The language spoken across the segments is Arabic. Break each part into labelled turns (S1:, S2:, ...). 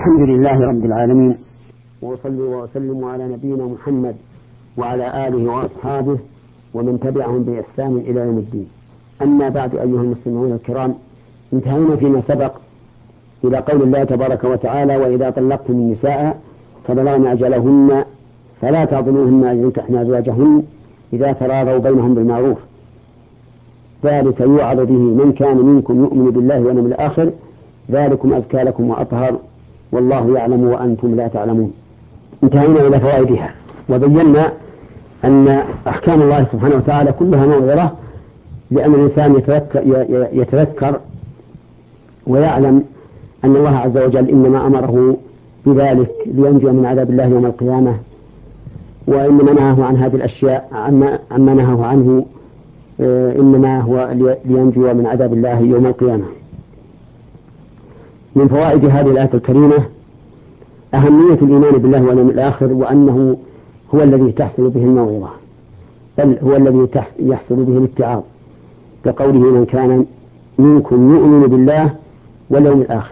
S1: الحمد لله رب العالمين، وأصلي وأسلم على نبينا محمد وعلى آله وأصحابه ومن تبعهم بإحسان إلى يوم الدين. أما بعد، أيها المسلمون الكرام، انتهينا فيما سبق إلى قول الله تبارك وتعالى: وإذا طلقتم النساء فبلغن أجلهن فلا تعضلوهن أن ينكحن أزواجهن إذا تراضوا بينهم بالمعروف، ذلك يوعظ به من كان منكم يؤمن بالله واليوم الآخر، ذلكم أزكى لكم وأطهر والله يعلم وأنتم لا تعلمون. انتهينا إلى فوائدها، وبينا أن أحكام الله سبحانه وتعالى كلها موعظة، لأن الإنسان يتذكر ويعلم أن الله عز وجل إنما أمره بذلك لينجو من عذاب الله يوم القيامة، وإنما نهاه عن هذه الأشياء عما نهاه عنه إنما هو لينجو من عذاب الله يوم القيامة. من فوائد هذه الآية الكريمة أهمية الإيمان بالله واليوم الآخر، وأنه هو الذي تحصل به الموعظة، بل هو الذي يحصل به الاتعاظ، كقوله: من كان منكم يؤمن بالله واليوم الآخر،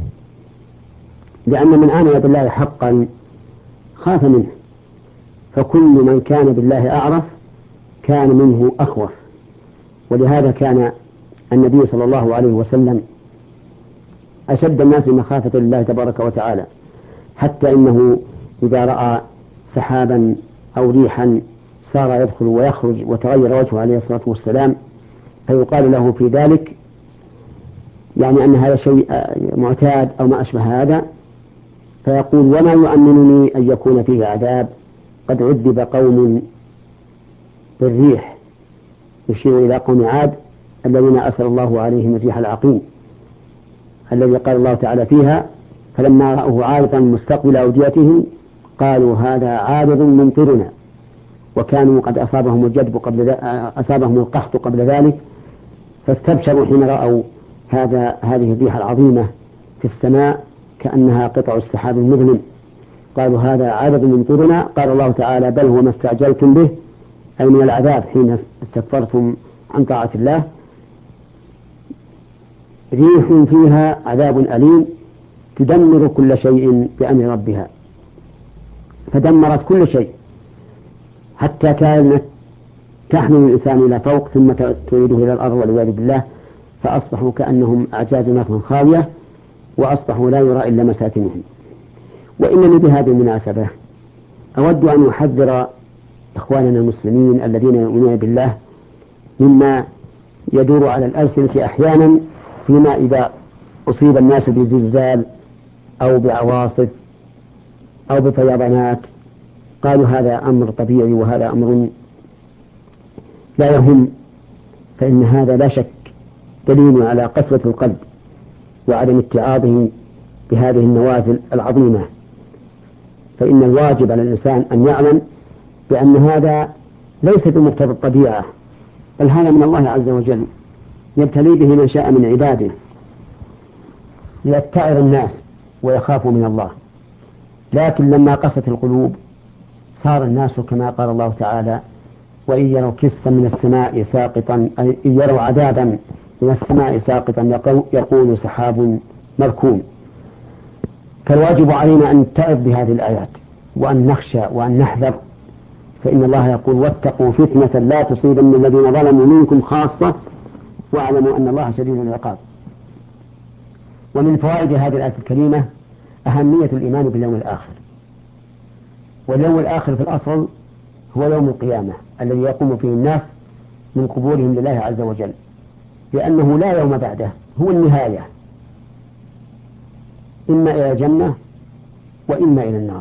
S1: لأن من آمن بالله حقا خاف منه، فكل من كان بالله أعرف كان منه أخوف. ولهذا كان النبي صلى الله عليه وسلم أشد الناس مخافة لله تبارك وتعالى، حتى إنه إذا رأى سحابا أو ريحا صار يدخل ويخرج وتغير وجهه عليه الصلاة والسلام، فيقال له في ذلك يعني أن هذا شيء معتاد أو ما أشبه هذا، فيقول: وما يؤمنني أن يكون فيه عذاب، قد عذب قوم بالريح، يشير إلى قوم عاد الذين أرسل الله عليهم الريح العقيم، الذي قال الله تعالى فيها: فلما رأوه عارضا مستقبل أوديتهم قالوا هذا عارض ممطرنا، وكانوا قد أصابهم القحط قبل ذلك، فاستبشروا حين رأوا هذه الريح العظيمة في السماء كأنها قطع السحاب المظلم، قالوا هذا عارض ممطرنا. قال الله تعالى: بل هو ما استعجلتم به، أي من العذاب حين استكبرتم عن طاعة الله، ريح فيها عذاب أليم تدمر كل شيء بأمر ربها، فدمرت كل شيء حتى كانت تحمل الإنسان إلى فوق ثم تعيده إلى الأرض والعياذ بالله، فأصبحوا كأنهم أعجاز نخل خاوية، وأصبحوا لا يرى إلا مساكنهم. وإنني بهذه المناسبة أود أن أحذر إخواننا المسلمين الذين يؤمنون بالله مما يدور على الألسنة أحيانا، فيما إذا أصيب الناس بزلزال أو بعواصف أو بفيضانات قالوا هذا أمر طبيعي وهذا أمر لا يهم، فإن هذا لا شك دليل على قسوة القلب وعدم اتعاظه بهذه النوازل العظيمة. فإن الواجب على الإنسان أن يعلم بأن هذا ليس بمقتضى الطبيعة، بل هذا من الله عز وجل يبتلي به من شاء من عباده ليتعظ الناس ويخافوا من الله. لكن لما قست القلوب صار الناس كما قال الله تعالى: وإن يروا كسفا من السماء ساقطا، أي إن يروا عذابا من السماء ساقطا يقول سحاب مركوم. فالواجب علينا أن نتعظ بهذه الآيات وأن نخشى وأن نحذر، فإن الله يقول: واتقوا فتنة لا تصيبن الذين ظلموا منكم خاصة واعلموا أن الله شديد العقاب. ومن فوائد هذه الآية الكريمة أهمية الإيمان باليوم الآخر. واليوم الآخر في الأصل هو يوم القيامة الذي يقوم فيه الناس من قبورهم لله عز وجل، لأنه لا يوم بعده، هو النهاية، إما إلى الجنة وإما إلى النار.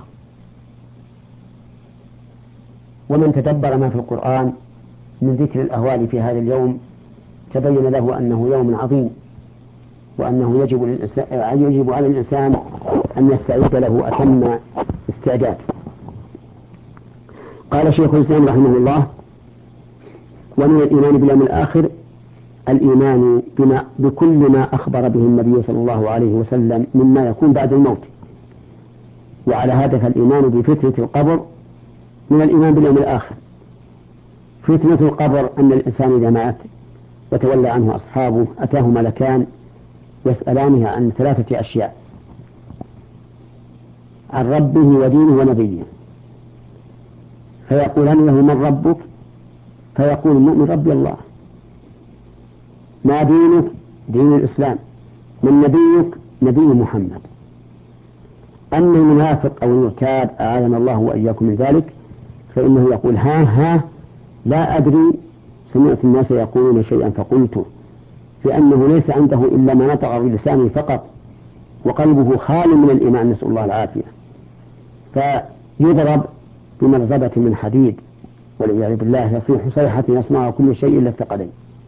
S1: ومن تدبر ما في القرآن من ذكر الأهوال في هذا اليوم تبين له أنه يوم عظيم، وأنه يجب على الإنسان أن يستعد له أتم استعداد. قال شيخ الإسلام رحمه الله: ومن الإيمان باليوم الآخر الإيمان بكل ما أخبر به النبي صلى الله عليه وسلم مما يكون بعد الموت. وعلى هذا فالإيمان بفتنة القبر من الإيمان باليوم الآخر. فتنة القبر أن الإنسان إذا مات وتولى عنه أصحابه أتاه ملكان يسألانه عن 3 أشياء: عن ربه ودينه ونبيه، فيقولان له من ربك؟ فيقول المؤمن ربي الله. ما دينك؟ دين الإسلام. من نبيك؟ نبي محمد. أما المنافق أو المرتاب أعاذنا الله وإياكم من ذلك فإنه يقول ها لا أدري، سمعت الناس يقولون شيئا فقلته، لأنه ليس عنده إلا ما نطق بلسانه فقط وقلبه خال من الإيمان، نسأل الله العافية، فيضرب بمرزبة من حديد والعياذ بالله، يصيح صيحة يسمعها كل شيء إلا الثقلين.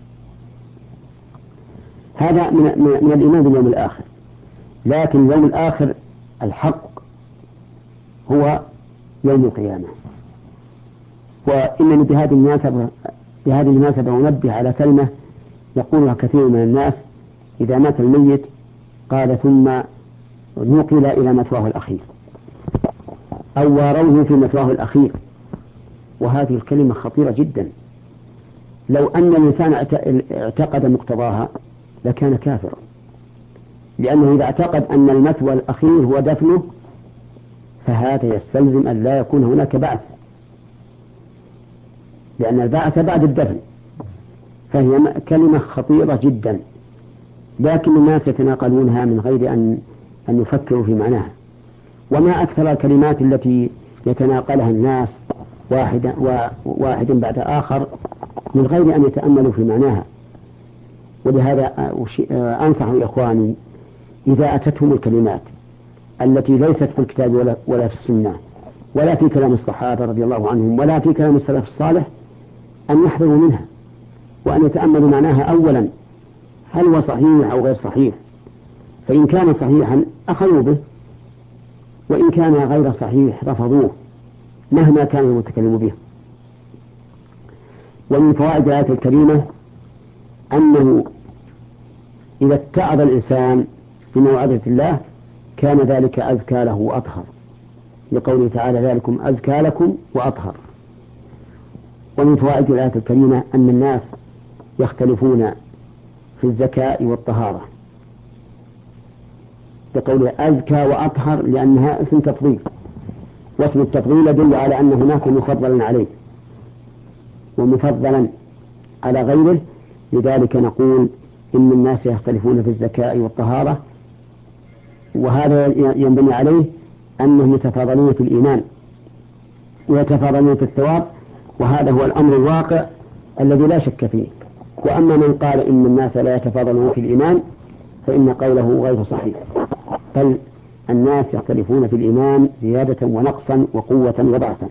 S1: هذا من الإيمان باليوم الآخر. لكن اليوم الآخر الحق هو يوم القيامة. وإنني بهذه المناسبة أنبه على كلمة يقولها كثير من الناس إذا مات الميت قال ثم نقل إلى مثواه الأخير أو واروه في مثواه الأخير، وهذه الكلمة خطيرة جدا. لو أن الإنسان اعتقد مقتضاها لكان كافرا، لأنه إذا اعتقد أن المثوى الأخير هو دفنه فهذا يستلزم أن لا يكون هناك بعث، لأن البعث بعد الدفن، فهي كلمة خطيرة جدا. لكن الناس يتناقلونها من غير أن يفكروا في معناها. وما أكثر الكلمات التي يتناقلها الناس واحد بعد آخر من غير أن يتأملوا في معناها. ولهذا أنصح إخواني إذا أتتهم الكلمات التي ليست في الكتاب ولا في السنة ولا في كلام الصحابة رضي الله عنهم ولا في كلام السلف الصالح أن يحذروا منها وأن يتأملوا معناها أولا، هل هو صحيح أو غير صحيح؟ فإن كان صحيحا أخذوا به، وإن كان غير صحيح رفضوه مهما كان المتكلم به. ومن فوائد الآية الكريمة أنه إذا اتعظ الإنسان بموعظة الله كان ذلك أزكى له وأطهر، لقوله تعالى ذلكم أزكى لكم وأطهر. ومن فوائد الآية الكريمة أن الناس يختلفون في الزكاة والطهارة، بقوله أزكى وأطهر لأنها اسم تفضيل، واسم التفضيل يدل على أن هناك مفضلا عليه ومفضلا على غيره. لذلك نقول إن الناس يختلفون في الزكاة والطهارة، وهذا ينبني عليه أنهم يتفاضلون في الإيمان ويتفاضلون في الثواب، وهذا هو الأمر الواقع الذي لا شك فيه. وأما من قال إن الناس لا يتفاضلون في الإيمان فإن قوله غير صحيح، بل الناس يختلفون في الإيمان زيادة ونقصا وقوة وضعفا.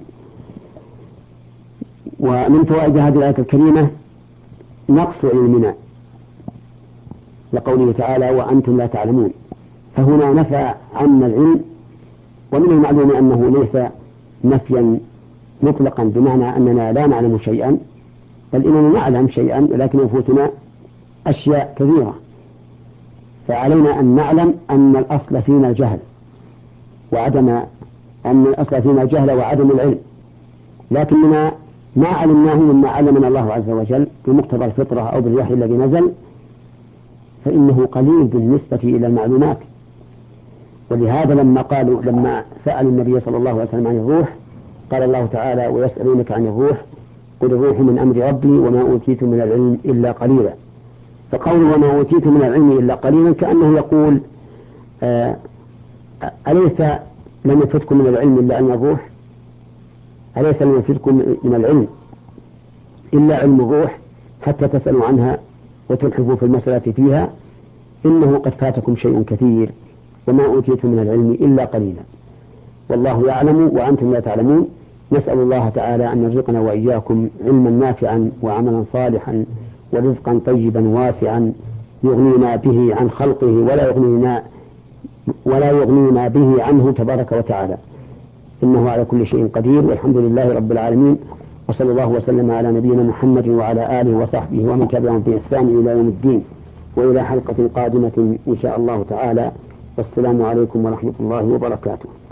S1: ومن فوائد هذه الآية الكريمة نقص علمنا، لقوله تعالى وأنتم لا تعلمون، فهنا نفى عنا العلم. ومن المعلوم أنه ليس نفيا مطلقا بمعنى أننا لا نعلم شيئا، بل إننا نعلم شيئا ولكن يفوتنا أشياء كثيرة. فعلينا أن نعلم أن الأصل فينا الجهل وعدم العلم، لكننا ما علمناه مما علمنا الله عز وجل بمقتضى الفطرة أو بالوحي الذي نزل، فإنه قليل بالنسبة إلى المعلومات. ولهذا لما سأل النبي صلى الله عليه وسلم عن الروح قال الله تعالى ويسألونك عن الروح قل الروح من أمر ربي وما أوتيت من العلم إلا قليلا. فقوله وما أوتيت من العلم إلا قليلا كأنه يقول أليس لم يفتكم من العلم إلا أن الروح؟ أليس لم يفتكم من العلم إلا علم الروح حتى تسألوا عنها وتبحثوا في المسألة فيها؟ إنه قد فاتكم شيء كثير وما أوتيتم من العلم إلا قليلا، والله يعلم وأنتم لا تعلمون. نسأل الله تعالى أن يرزقنا وإياكم علما نافعا وعملا صالحا ورزقا طيبا واسعا يغنينا به عن خلقه ولا يغنينا به عنه تبارك وتعالى، إنه على كل شيء قدير، والحمد لله رب العالمين، وصلى الله وسلم على نبينا محمد وعلى آله وصحبه ومن تبعهم بإحسان إلى يوم الدين، وإلى حلقة قادمة إن شاء الله تعالى. والسلام عليكم ورحمة الله وبركاته.